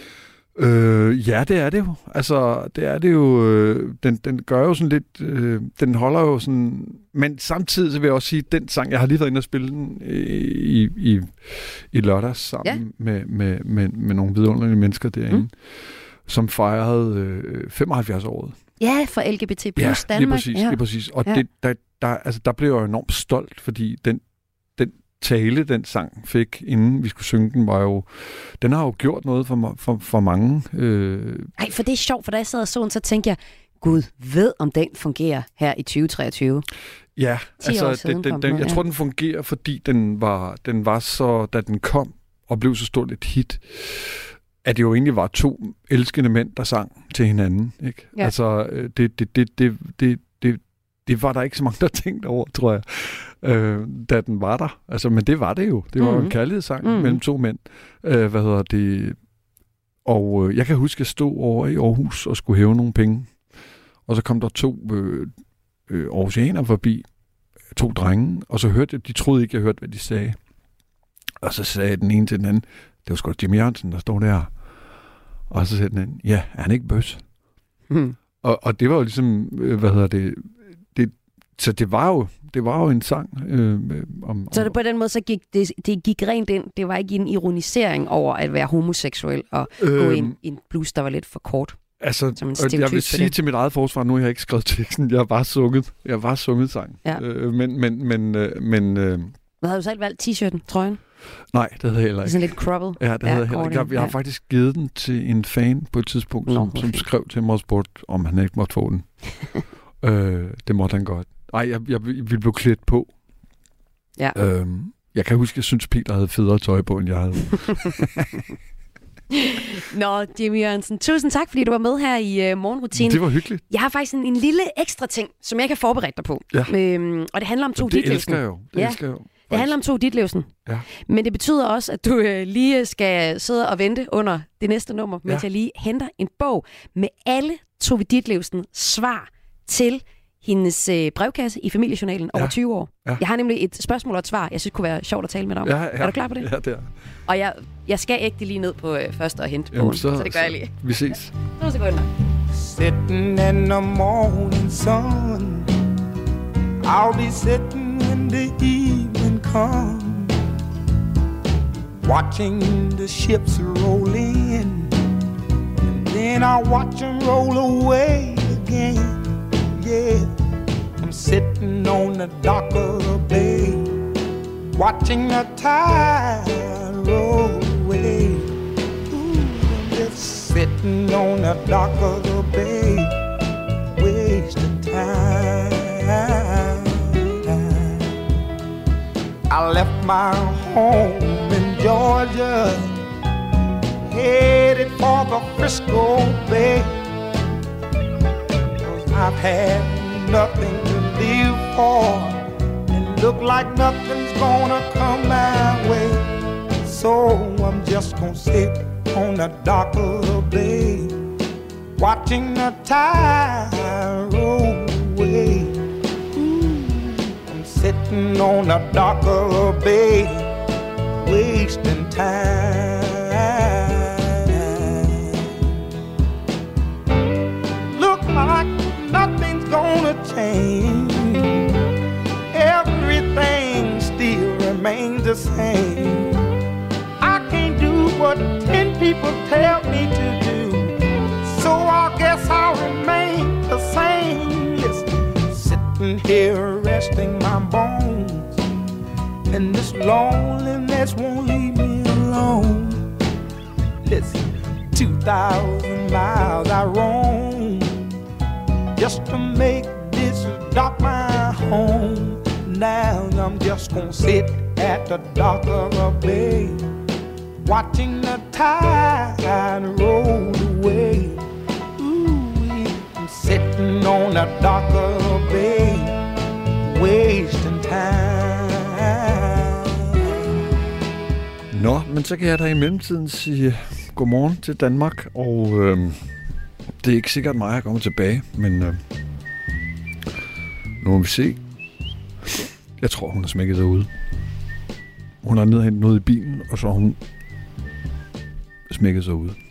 Øh, ja, det er det jo. Altså, det er det jo. Øh, den, den gør jo sådan lidt... Øh, den holder jo sådan... Men samtidig så vil jeg også sige, at den sang... Jeg har lige været inde og spille den i, i, i lørdags sammen ja. med, med, med, med nogle vidunderlige mennesker derinde, mm. som fejrede øh, femoghalvfjerds-året. Ja, for L G B T plus ja, Danmark. Lige præcis, ja, lige præcis. Og ja. det, der, der, altså, der blev jeg enormt stolt, fordi den, den tale, den sang fik, inden vi skulle synge den, var jo... Den har jo gjort noget for, for, for mange. Øh... Ej, for det er sjovt, for da jeg sad og så den, så tænkte jeg, Gud ved, om den fungerer her i tyve treogtyve. Ja, altså, den, den, den, jeg tror, den fungerer, fordi den var, den var så... Da den kom og blev så stort et hit, at det jo egentlig var to elskende mænd, der sang til hinanden. Ikke? Ja. Altså, det, det, det, det, det, det, det var der ikke så mange, der tænkte over, tror jeg, øh, da den var der. Altså, men det var det jo. Det var mm-hmm. en kærlighedssang mm-hmm. mellem to mænd. Øh, hvad hedder det? Og øh, jeg kan huske, at jeg stod over i Aarhus og skulle hæve nogle penge. Og så kom der to øh, øh, aarhusianer forbi, to drenge, og så hørte jeg, de troede ikke, jeg hørte, hvad de sagde. Og så sagde den ene til den anden, det var sgu Jimmy Jørgensen, der stod der. Og så sagde den anden, ja, er han ikke bøs? Hmm. Og, og det var jo ligesom, hvad hedder det, det så det var jo, det var jo en sang. Øh, om, så det på den måde, så gik det, det gik rent ind, det var ikke en ironisering over at være homoseksuel og øh, gå ind i en blues, der var lidt for kort. Altså, jeg vil sige til mit eget forsvar, nu har jeg ikke skrevet teksten, jeg har bare sunget, jeg har bare sunget sang. Ja. Øh, men, men, men, øh, men øh, hvad havde du selv valgt? T-shirten, trøjen? Nej, det havde jeg heller ikke. Sådan lidt crumble. Ja, det havde jeg heller ikke. Jeg, jeg har ja. faktisk givet den til en fan på et tidspunkt, som, som skrev til mig og spurgte, om han ikke måtte få den. øh, det måtte han godt. Nej, jeg, jeg ville blive klædt på. Ja. Øhm, jeg kan huske, at jeg synes, Peter havde federe tøj på, end jeg havde. Nå, Jimmy Jørgensen, tusind tak, fordi du var med her i uh, morgenrutinen. Det var hyggeligt. Jeg har faktisk en, en lille ekstra ting, som jeg kan forberede dig på. Ja. Øhm, og det handler om to hitlisten. Det hitlisten. elsker jeg jo. Det ja. elsker jeg jo. Det handler om Tove Ditlevsen. Ja. Men det betyder også, at du øh, lige skal sidde og vente under det næste nummer, mens Ja. jeg lige henter en bog med alle Tove Ditlevsens svar til hendes øh, brevkasse i familiejournalen over Ja. tyve år. Ja. Jeg har nemlig et spørgsmål og et svar, jeg synes kunne være sjovt at tale med dig om. Ja, ja. Er du klar på det? Ja, det er. Og jeg, jeg skal ægte lige ned på øh, første og hente Jamen, bogen, så, så det gør jeg lige. Vi ses. Nu sekunder. Sitting in the morning sun, I'll be sitting when the evening comes, watching the ships roll in, and then I'll watch them roll away again. Yeah, I'm sitting on the dock of the bay, watching the tide roll away. Ooh, I'm just sitting on the dock of the bay, wasting time. I left my home in Georgia, headed for the Frisco Bay, 'cause I've had nothing to live for, and look like nothing's gonna come my way. So I'm just gonna sit on the dock of the bay, watching the tide roll away. Ooh, I'm sitting on the dock of the bay, wasting time. Look like nothing's gonna change, everything still remains the same. I can't do what ten people tell me to do, so I guess I'll remain the same. Listen, sitting here resting my bones, and this loneliness won't leave me alone. Listen, two thousand miles I roam just to make this dock my home. Now I'm just gonna sit at the dock of a bay, watching the tide roll away. Ooh, I'm sitting on the dock of a bay, wasting time. Nå, men så kan jeg da i mellemtiden sige godmorgen til Danmark, og øh, det er ikke sikkert mig, jeg kommer tilbage, men øh, nu må vi se. Jeg tror, hun har smækket sig ude. Hun har ned og hentet noget i bilen, og så har hun smækket sig ude.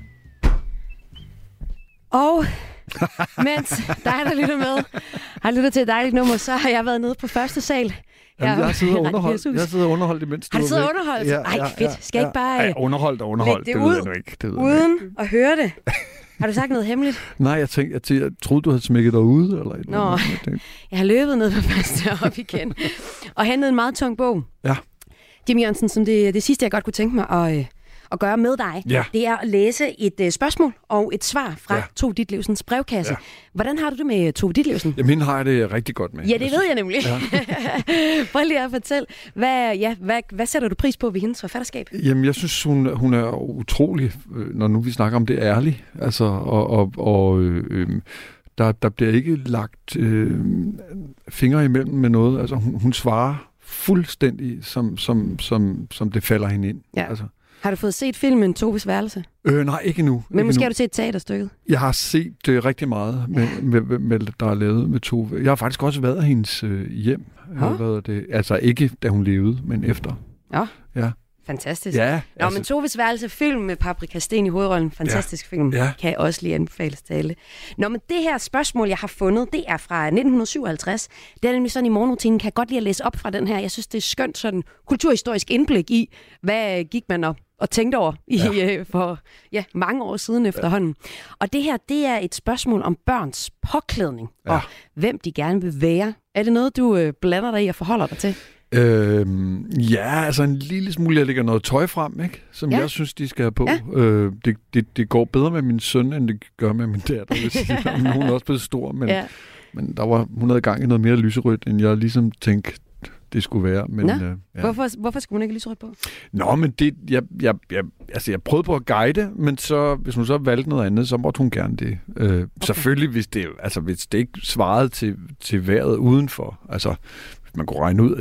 Og mens dig, der lytter med, har lyttet til et dejligt nummer, så har jeg været nede på første sal. Jamen, jeg har siddet og underholdt, Jesus. jeg har siddet og underholdt imens du Har du var siddet og væk. underholdt? Ja, Ej, ja, fedt. Skal ja, jeg ikke bare ja, underholdt og underholdt, det det, ved ud, jeg nu ikke. Det ved jeg uden ikke. at høre det? Har du sagt noget hemmeligt? Nej, jeg tænkte, jeg, tænkte, jeg troede, du havde smækket dig ude. Eller et Nå, eller andet. Jeg tænkte, jeg har løbet ned på første op igen. Og hentet en meget tung bog. Ja. Jimmy Jørgensen, som det, det sidste, jeg godt kunne tænke mig at, øh, at gøre med dig, Ja. det er at læse et øh, spørgsmål og et svar fra Ja. Tove Ditlevsens brevkasse. Ja. Hvordan har du det med Tove Ditlevsen? Jamen, hende har jeg det rigtig godt med. Ja, det ved jeg nemlig. Ja. Prøv lige at fortælle, hvad, ja, hvad, hvad sætter du pris på ved hendes forfatterskab? Jamen, jeg synes, hun, hun er utrolig, øh, når nu vi snakker om det, ærlig. Altså, og, og, og øh, øh, der, der bliver ikke lagt øh, fingre imellem med noget. Altså, hun, hun svarer fuldstændig, som, som, som, som det falder hende ind. Ja. Altså, Har du fået set filmen Toves værelse? øh, nej, ikke nu. Men ikke måske nu. har du set teaterstykket? Jeg har set det rigtig meget, med, med, med, med, der er lavet med Tove. Jeg har faktisk også været i hendes øh, hjem. Jeg har været det, altså ikke da hun levede, men efter. Ja. Ja. Fantastisk. Ja, Nå, altså- men Toves værelse film med Paprika Steen i hovedrollen. Fantastisk ja. film. Ja. Kan jeg også lige anbefales til alle. Nå, men det her spørgsmål, jeg har fundet, det er fra nitten syvoghalvtreds. Det er nemlig sådan i morgenrutinen. Kan jeg godt lide at læse op fra den her. Jeg synes, det er skønt sådan kulturhistorisk indblik i, hvad gik man op og tænkte over i, ja. øh, for ja, mange år siden efterhånden. Og det her, det er et spørgsmål om børns påklædning, Ja. og hvem de gerne vil være. Er det noget, du øh, blander dig i og forholder dig til? Øhm, ja, altså en lille smule, jeg lægger noget tøj frem, ikke? Som Ja. jeg synes, de skal have på. Ja. Øh, det, det, det går bedre med min søn, end det gør med min datter. Hvis, hun er også blevet stor, men, Ja. men der var, hun havde gang i noget mere lyserødt, end jeg ligesom tænkte, det skulle være. Men, Nå, øh, ja. hvorfor, hvorfor skulle hun ikke lyserødt på? Nå, men det, jeg, jeg, jeg, altså jeg prøvede på at guide, men så, hvis hun så valgte noget andet, så måtte hun gerne det. Øh, okay. Selvfølgelig, hvis det, altså, hvis det ikke svarede til, til vejret udenfor. Altså, hvis man kunne regne ud, at de,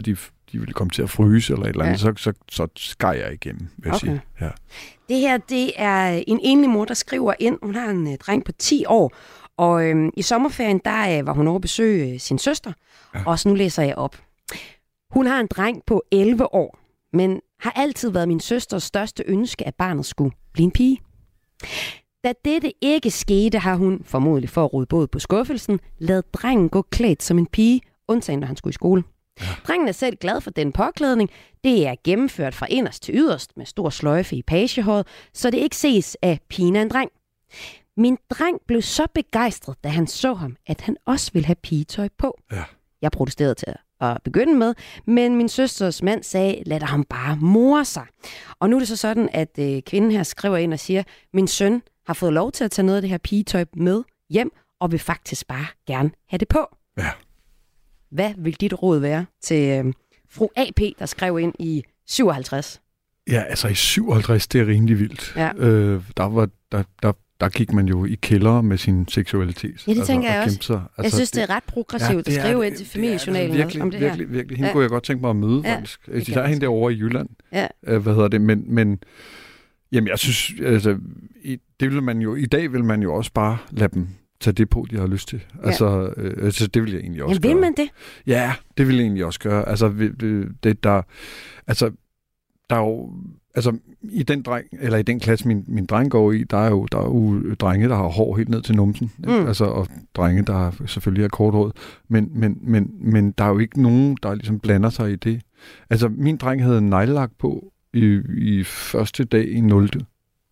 de ville komme til at fryse eller et eller andet, ja. så, så, så skar jeg igennem, vil jeg okay. sige. Ja. Det her, det er en enlig mor, der skriver ind. Hun har en uh, dreng på ti år, og øhm, i sommerferien, der uh, var hun over at besøge uh, sin søster, ja. og så nu læser jeg op. Hun har en dreng på elleve år, men har altid været min søsters største ønske, at barnet skulle blive en pige. Da dette ikke skete, har hun, formodentlig for at rode båd på skuffelsen, ladet drengen gå klædt som en pige, undtagen når han skulle i skole. Ja. Drengen er selv glad for den påklædning. Det er gennemført fra inderst til yderst med stor sløjfe i pagehåret, så det ikke ses af pigen af en dreng. Min dreng blev så begejstret, da han så ham, at han også ville have pigetøj på. Ja. Jeg protesterede til at begynde med, men min søsters mand sagde, lad ham bare more sig. Og nu er det så sådan, at øh, kvinden her skriver ind og siger, min søn har fået lov til at tage noget af det her pigetøj med hjem, og vil faktisk bare gerne have det på. Ja. Hvad vil dit råd være til øh, fru A P, der skrev ind i syvoghalvtreds? Ja, altså i syvoghalvtreds, det er rimelig vildt. Ja. Øh, der, var, der, der, der gik man jo i kælder med sin seksualitet. Ja, det altså, tænker jeg også. sig. Altså, jeg synes, det er ret progressivt ja, at skrive det, ind til familiejournalen virkelig, om det her. Virkelig, virkelig. Hende ja. kunne jeg godt tænke mig at møde, ja, faktisk. Der er hende derovre i Jylland. Ja. Øh, hvad hedder det? Men, men jamen, jeg synes, altså, i, det vil man jo, i dag vil man jo også bare lade dem tage det på, de har lyst til. Ja. Altså, øh, altså, det vil jeg egentlig også Jamen, gøre. vil man det? Ja, det vil jeg egentlig også gøre. Altså, det, det, der, altså, der er jo, altså, i den dreng, eller i den klasse, min, min dreng går i, der er jo, der er jo drenge, der har hår helt ned til numsen. Mm. Altså, og drenge, der selvfølgelig er korthåret. Men, men, men, men der er jo ikke nogen, der ligesom blander sig i det. Altså, min dreng havde neglelak på i, i første dag i nulte.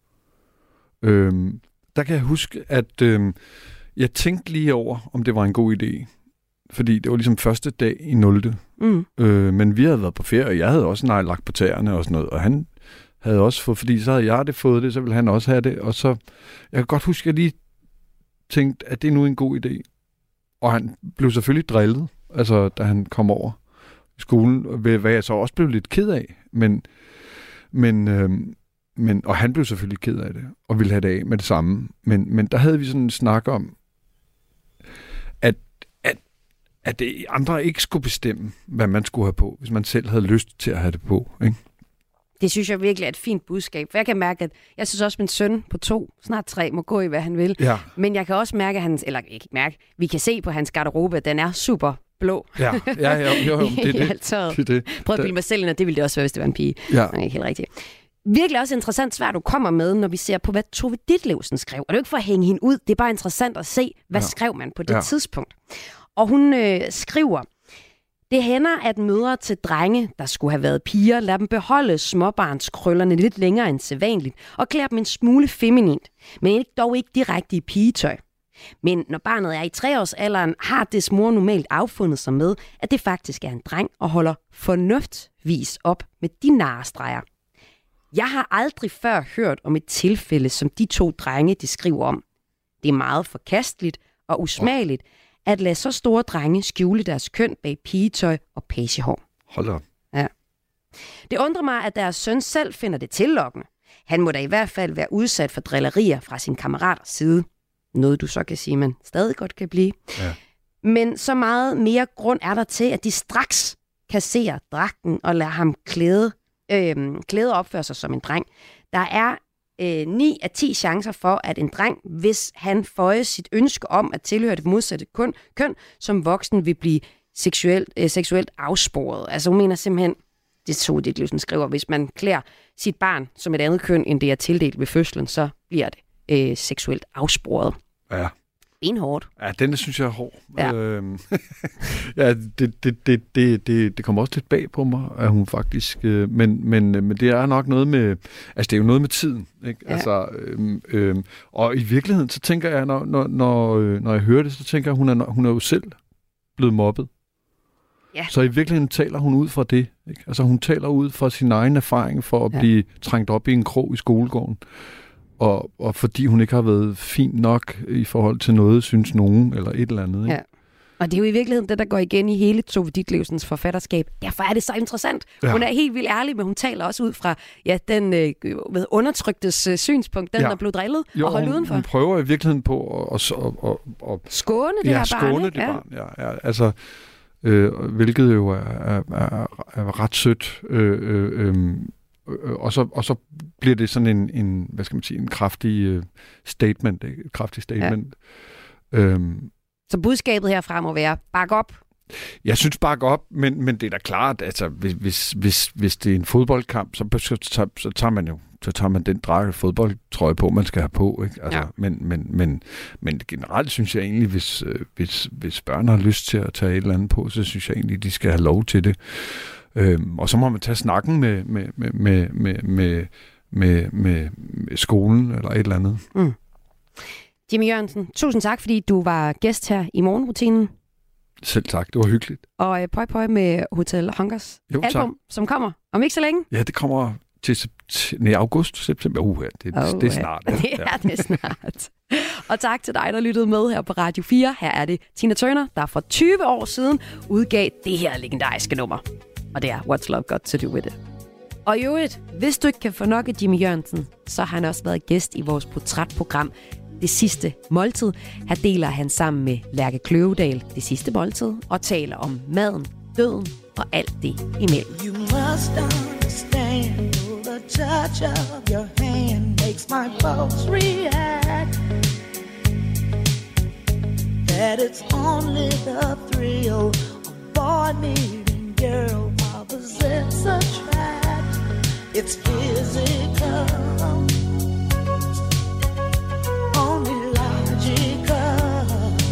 Øhm, der kan jeg huske, at øhm, jeg tænkte lige over, om det var en god idé. Fordi det var ligesom første dag i nulte. Mm. Øh, men vi havde været på ferie, og jeg havde også neglelak på tæerne og sådan noget. Og han havde også fået, fordi så havde jeg det fået det, så ville han også have det. Og så, jeg kan godt huske, at jeg lige tænkte, at det er nu en god idé. Og han blev selvfølgelig drillet, altså da han kom over i skolen, hvad jeg så også blev lidt ked af. Men, men, øh, men, og han blev selvfølgelig ked af det, og ville have det af med det samme. Men, men der havde vi sådan en snak om, at, at, at det andre ikke skulle bestemme, hvad man skulle have på, hvis man selv havde lyst til at have det på, ikke? Det synes jeg virkelig er et fint budskab, for jeg kan mærke, at jeg synes også, at min søn på to, snart tre, må gå i, hvad han vil. Ja. Men jeg kan også mærke, at hans, eller ikke mærke, vi kan se på hans garderobe, at den er super blå. Ja, ja, ja jo, jo, det er det. det, er det. Prøv at bilde mig selv ind, og det ville det også være, hvis det var en pige. Ja. Det er ikke helt rigtigt. Virkelig også interessant svar, du kommer med, når vi ser på, hvad Tove Ditlevsen skrev. Og det er jo ikke for at hænge hende ud, det er bare interessant at se, hvad ja. skrev man på det ja. tidspunkt. Og hun øh, skriver, det hænder, at mødre til drenge, der skulle have været piger, lader dem beholde småbarnskrøllerne lidt længere end sædvanligt, og klæder dem en smule feminint, men ikke, dog ikke direkte i pigetøj. Men når barnet er i treårsalderen, har dets mor normalt affundet sig med, at det faktisk er en dreng, og holder fornuftvis op med de narestreger. Jeg har aldrig før hørt om et tilfælde, som de to drenge, de skriver om. Det er meget forkasteligt og usmageligt, at lade så store drenge skjule deres køn bag pigetøj og pagehår. Hold op. Ja. Det undrer mig, at deres søn selv finder det tillokkende. Han må da i hvert fald være udsat for drillerier fra sin kammeraters side. Noget du så kan sige, man stadig godt kan blive. Ja. Men så meget mere grund er der til, at de straks kasserer dragten og lader ham klæde, øh, klæde opføre sig som en dreng. Der er øh, ni af ti chancer for, at en dreng, hvis han føjer sit ønske om at tilhøre det modsatte køn, køn som voksen vil blive seksuelt, øh, seksuelt afsporet. Altså hun mener simpelthen, det er Tove Ditlevsen skriver, hvis man klæder sit barn som et andet køn, end det er tildelt ved fødslen, så bliver det øh, seksuelt afsporet. Ja. Benhårdt. Ja, den synes jeg er hård. Ja, øhm, ja det, det, det, det, det, det kommer også lidt bag på mig, at hun faktisk... Øh, men, men, men det er nok noget med... Altså, det er jo noget med tiden, ikke? Ja. Altså, øhm, øhm, og i virkeligheden, så tænker jeg, når, når, når, når jeg hører det, så tænker jeg, hun er, hun er jo selv blevet mobbet. Ja. Så i virkeligheden taler hun ud fra det, ikke? Altså, hun taler ud fra sin egen erfaring for at ja. blive trængt op i en krog i skolegården. Og, og fordi hun ikke har været fin nok i forhold til noget, synes nogen, eller et eller andet. Ikke? Ja. Og det er jo i virkeligheden det, der går igen i hele Tove Ditlevsens forfatterskab. Derfor er det så interessant. Ja. Hun er helt vildt ærlig, men hun taler også ud fra ja, den øh, ved undertryktes øh, synspunkt, den ja. der blev drillet jo, og holdt udenfor. Hun prøver i virkeligheden på at, at, at, at, at skåne det ja, her barn. Skåne det ja. barn. Ja, ja, altså, øh, hvilket jo er, er, er, er ret sødt. Øh, øh, øh, og, så, og så bliver det sådan en, en hvad skal man sige, en kraftig uh, statement, ikke? Et kraftigt statement. Ja. Øhm, så budskabet herfra må være, bak op. Jeg synes bare op, men, men det er da klart, altså hvis, hvis, hvis, hvis det er en fodboldkamp, så, så, så tager man jo så tager man den drakke fodboldtrøje på, man skal have på. Ikke? Altså, ja. men, men, men, men generelt synes jeg egentlig, hvis, hvis, hvis børn har lyst til at tage et eller andet på, så synes jeg egentlig, de skal have lov til det. Øhm, og så må man tage snakken med, med, med, med, med, med, med, med, med skolen eller et eller andet. Mm. Jimmy Jørgensen, tusind tak, fordi du var gæst her i morgenrutinen. Selv tak, det var hyggeligt. Og øh, pøj pøj med Hotel Hunkers jo, album, tak. Som kommer om ikke så længe. Ja, det kommer til nej, august, september. Uh, ja, det, oh, det er snart. Ja. Det er det snart. Og tak til dig, der lyttede med her på Radio fire. Her er det Tina Turner, der for tyve år siden udgav det her legendariske nummer. Og det er What's Love Got To Do With It. Og i øvrigt, hvis du ikke kan få nok af Jimmy Jørgensen, så har han også været gæst i vores portrætprogram Det Sidste Måltid. Her deler han sammen med Lærke Kløvedal Det Sidste Måltid og taler om maden, døden og alt det imellem. You must understand, the touch of your hand makes my pulse react. That it's only the thrill of boy meeting girl, opposites attract. It's physical, only logical.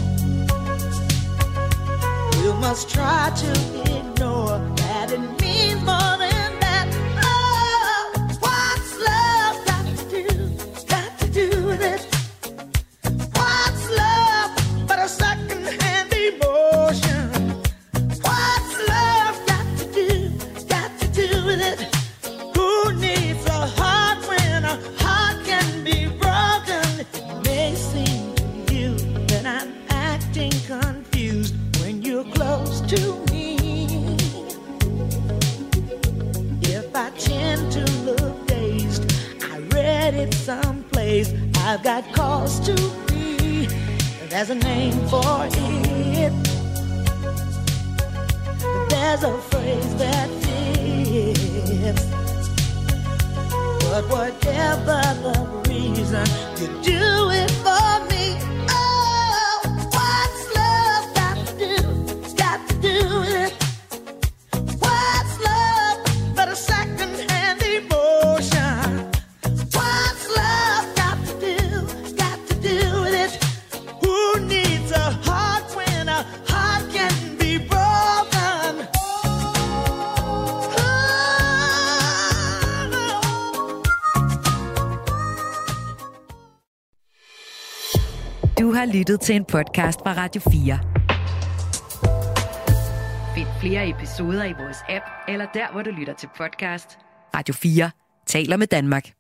You must try to ignore that it means more than that. Oh, what's love got to do, got to do with it? What's love but a second-hand emotion? What's love got to do, got to do with it? Who needs a heart when a heart can be broken? It may seem to you that I'm acting confused when you're close to me. If I tend to look dazed, I read it someplace, I've got cause to be. There's a name for it. There's a phrase that fits. But whatever the reason, you do it for me. Oh, what's love got to do, got to do with it? What's love but a second-hand emotion? What's love got to do, got to do with it? Who needs a heart when a heart can be broken? Du har lyttet til en podcast fra Radio fire. Find flere episoder i vores app, eller der, hvor du lytter til podcast. Radio fire taler med Danmark.